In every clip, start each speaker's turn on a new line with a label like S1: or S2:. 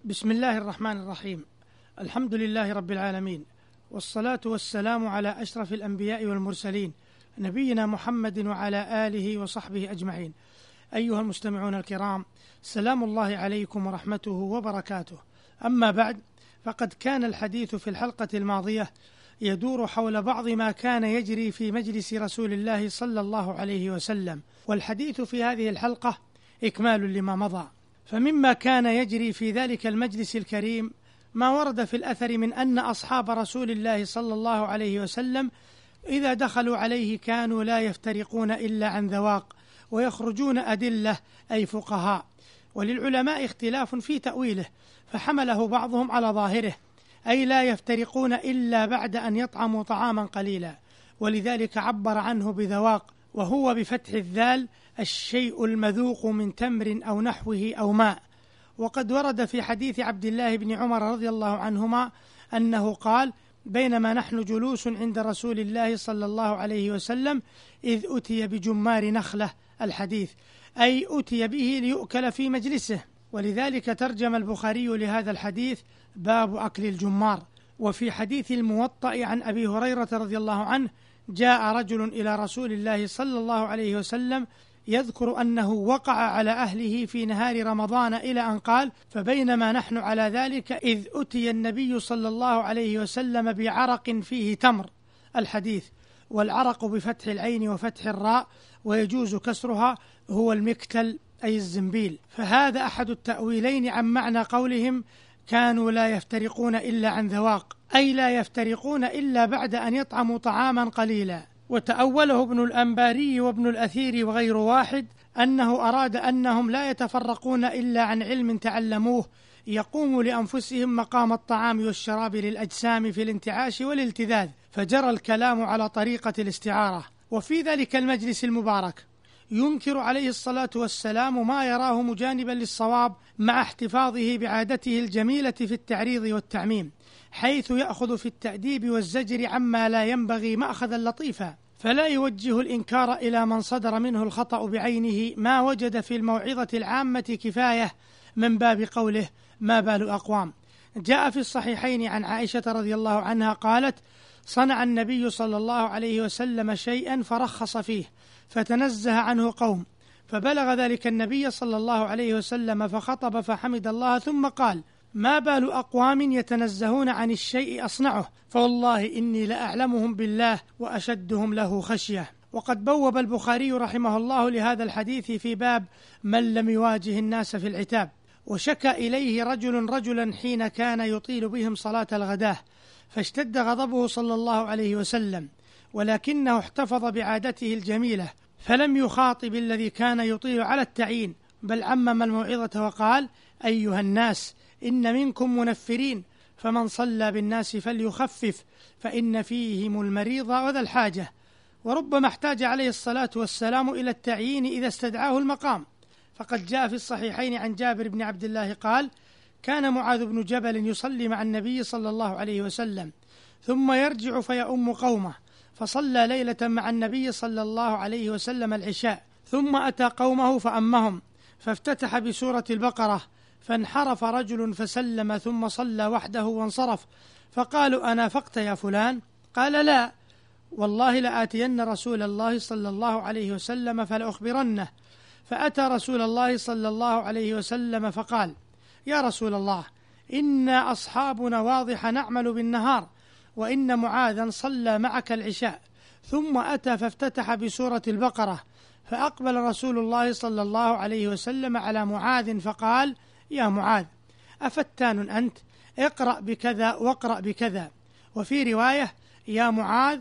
S1: بسم الله الرحمن الرحيم. الحمد لله رب العالمين، والصلاة والسلام على أشرف الأنبياء والمرسلين، نبينا محمد وعلى آله وصحبه أجمعين. أيها المستمعون الكرام، سلام الله عليكم ورحمته وبركاته. أما بعد، فقد كان الحديث في الحلقة الماضية يدور حول بعض ما كان يجري في مجلس رسول الله صلى الله عليه وسلم، والحديث في هذه الحلقة إكمال لما مضى. فمما كان يجري في ذلك المجلس الكريم ما ورد في الأثر من أن أصحاب رسول الله صلى الله عليه وسلم إذا دخلوا عليه كانوا لا يفترقون إلا عن ذواق، ويخرجون أدلة أي فقهاء، وللعلماء اختلاف في تأويله، فحمله بعضهم على ظاهره أي لا يفترقون إلا بعد أن يطعموا طعاما قليلا، ولذلك عبر عنه بذواق، وهو بفتح الذال الشيء المذوق من تمر أو نحوه أو ماء. وقد ورد في حديث عبد الله بن عمر رضي الله عنهما أنه قال: بينما نحن جلوس عند رسول الله صلى الله عليه وسلم إذ أتي بجمار نخلة، الحديث أي أتي به ليؤكل في مجلسه، ولذلك ترجم البخاري لهذا الحديث باب أكل الجمار. وفي حديث الموطأ عن أبي هريرة رضي الله عنه جاء رجل إلى رسول الله صلى الله عليه وسلم يذكر أنه وقع على أهله في نهار رمضان إلى أن قال: فبينما نحن على ذلك إذ أتي النبي صلى الله عليه وسلم بعرق فيه تمر، الحديث. والعرق بفتح العين وفتح الراء، ويجوز كسرها، هو المكتل أي الزنبيل. فهذا أحد التأويلين عن معنى قولهم كانوا لا يفترقون إلا عن ذواق، أي لا يفترقون إلا بعد أن يطعموا طعاما قليلا. وتأوله ابن الأنباري وابن الأثير وغير واحد أنه أراد أنهم لا يتفرقون إلا عن علم تعلموه يقوم لأنفسهم مقام الطعام والشراب للأجسام في الانتعاش والالتذاذ، فجرى الكلام على طريقة الاستعارة. وفي ذلك المجلس المبارك ينكر عليه الصلاة والسلام ما يراه مجانبا للصواب مع احتفاظه بعادته الجميلة في التعريض والتعميم، حيث يأخذ في التأديب والزجر عما لا ينبغي مأخذا لطيفا، فلا يوجه الإنكار إلى من صدر منه الخطأ بعينه ما وجد في الموعظة العامة كفاية، من باب قوله: ما بال أقوام. جاء في الصحيحين عن عائشة رضي الله عنها قالت: صنع النبي صلى الله عليه وسلم شيئا فرخص فيه فتنزه عنه قوم، فبلغ ذلك النبي صلى الله عليه وسلم فخطب فحمد الله ثم قال: ما بال أقوام يتنزهون عن الشيء أصنعه، فوالله إني لأعلمهم بالله وأشدهم له خشية. وقد بوب البخاري رحمه الله لهذا الحديث في باب من لم يواجه الناس في العتاب، وشكى إليه رجلا حين كان يطيل بهم صلاة الغداة، فاشتد غضبه صلى الله عليه وسلم، ولكنه احتفظ بعادته الجميلة فلم يخاطب الذي كان يطيل على التعيين، بل عمم الموعظة وقال: أيها الناس، إن منكم منفرين، فمن صلى بالناس فليخفف، فإن فيهم المريض وذا الحاجة. وربما احتاج عليه الصلاة والسلام إلى التعيين إذا استدعاه المقام، فقد جاء في الصحيحين عن جابر بن عبد الله قال: كان معاذ بن جبل يصلي مع النبي صلى الله عليه وسلم ثم يرجع فيؤم قومه، فصلى ليلة مع النبي صلى الله عليه وسلم العشاء، ثم أتى قومه فأمهم، فافتتح بسورة البقرة، فانحرف رجل فسلم ثم صلى وحده وانصرف، فقالوا: أنافقت يا فلان؟ قال: لا والله لآتين رسول الله صلى الله عليه وسلم فلأخبرنه. فأتى رسول الله صلى الله عليه وسلم فقال: يا رسول الله، إنا أصحابنا واضح نعمل بالنهار، وإن معاذا صلى معك العشاء، ثم أتى فافتتح بسورة البقرة، فأقبل رسول الله صلى الله عليه وسلم على معاذ فقال: يا معاذ، أفتان أنت؟ اقرأ بكذا واقرأ بكذا. وفي رواية: يا معاذ،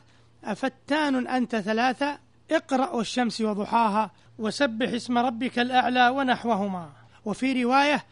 S1: أفتان أنت ثلاثة؟ اقرأ والشمس وضحاها وسبح اسم ربك الأعلى ونحوهما. وفي رواية: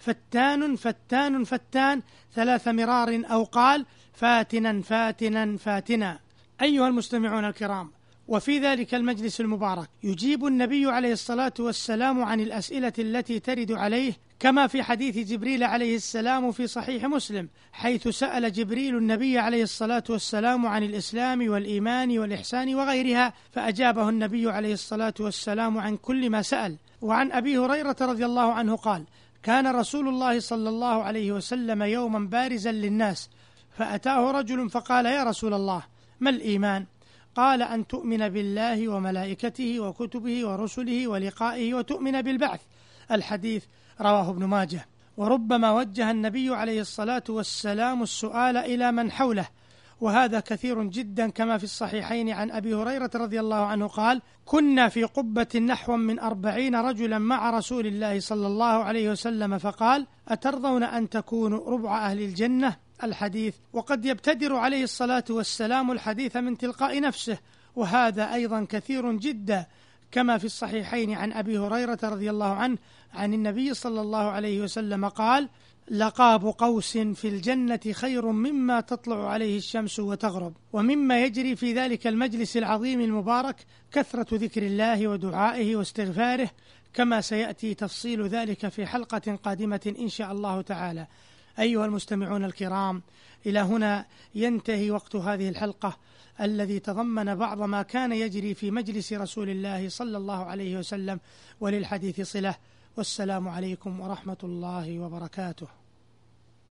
S1: فتان فتان فتان 3 مرار، أو قال: فاتنا فاتنا فاتنا. أيها المستمعون الكرام، وفي ذلك المجلس المبارك يجيب النبي عليه الصلاة والسلام عن الأسئلة التي ترد عليه، كما في حديث جبريل عليه السلام في صحيح مسلم، حيث سأل جبريل النبي عليه الصلاة والسلام عن الإسلام والإيمان والإحسان وغيرها، فأجابه النبي عليه الصلاة والسلام عن كل ما سأل. وعن أبي هريرة رضي الله عنه قال: كان رسول الله صلى الله عليه وسلم يوما بارزا للناس، فأتاه رجل فقال: يا رسول الله، ما الإيمان؟ قال: أن تؤمن بالله وملائكته وكتبه ورسله ولقائه وتؤمن بالبعث. الحديث رواه ابن ماجه. وربما وجه النبي عليه الصلاة والسلام السؤال إلى من حوله، وهذا كثير جدا، كما في الصحيحين عن أبي هريرة رضي الله عنه قال: كنا في قبة نحو من 40 رجلا مع رسول الله صلى الله عليه وسلم، فقال: أترضون أن تكونوا ربع أهل الجنة؟ الحديث. وقد يبتدر عليه الصلاة والسلام الحديث من تلقاء نفسه، وهذا أيضا كثير جدا، كما في الصحيحين عن أبي هريرة رضي الله عنه عن النبي صلى الله عليه وسلم قال: لقاب قوس في الجنة خير مما تطلع عليه الشمس وتغرب. ومما يجري في ذلك المجلس العظيم المبارك كثرة ذكر الله ودعائه واستغفاره، كما سيأتي تفصيل ذلك في حلقة قادمة إن شاء الله تعالى. أيها المستمعون الكرام، إلى هنا ينتهي وقت هذه الحلقة الذي تضمن بعض ما كان يجري في مجلس رسول الله صلى الله عليه وسلم، وللحديث صلة. والسلام عليكم ورحمة الله وبركاته.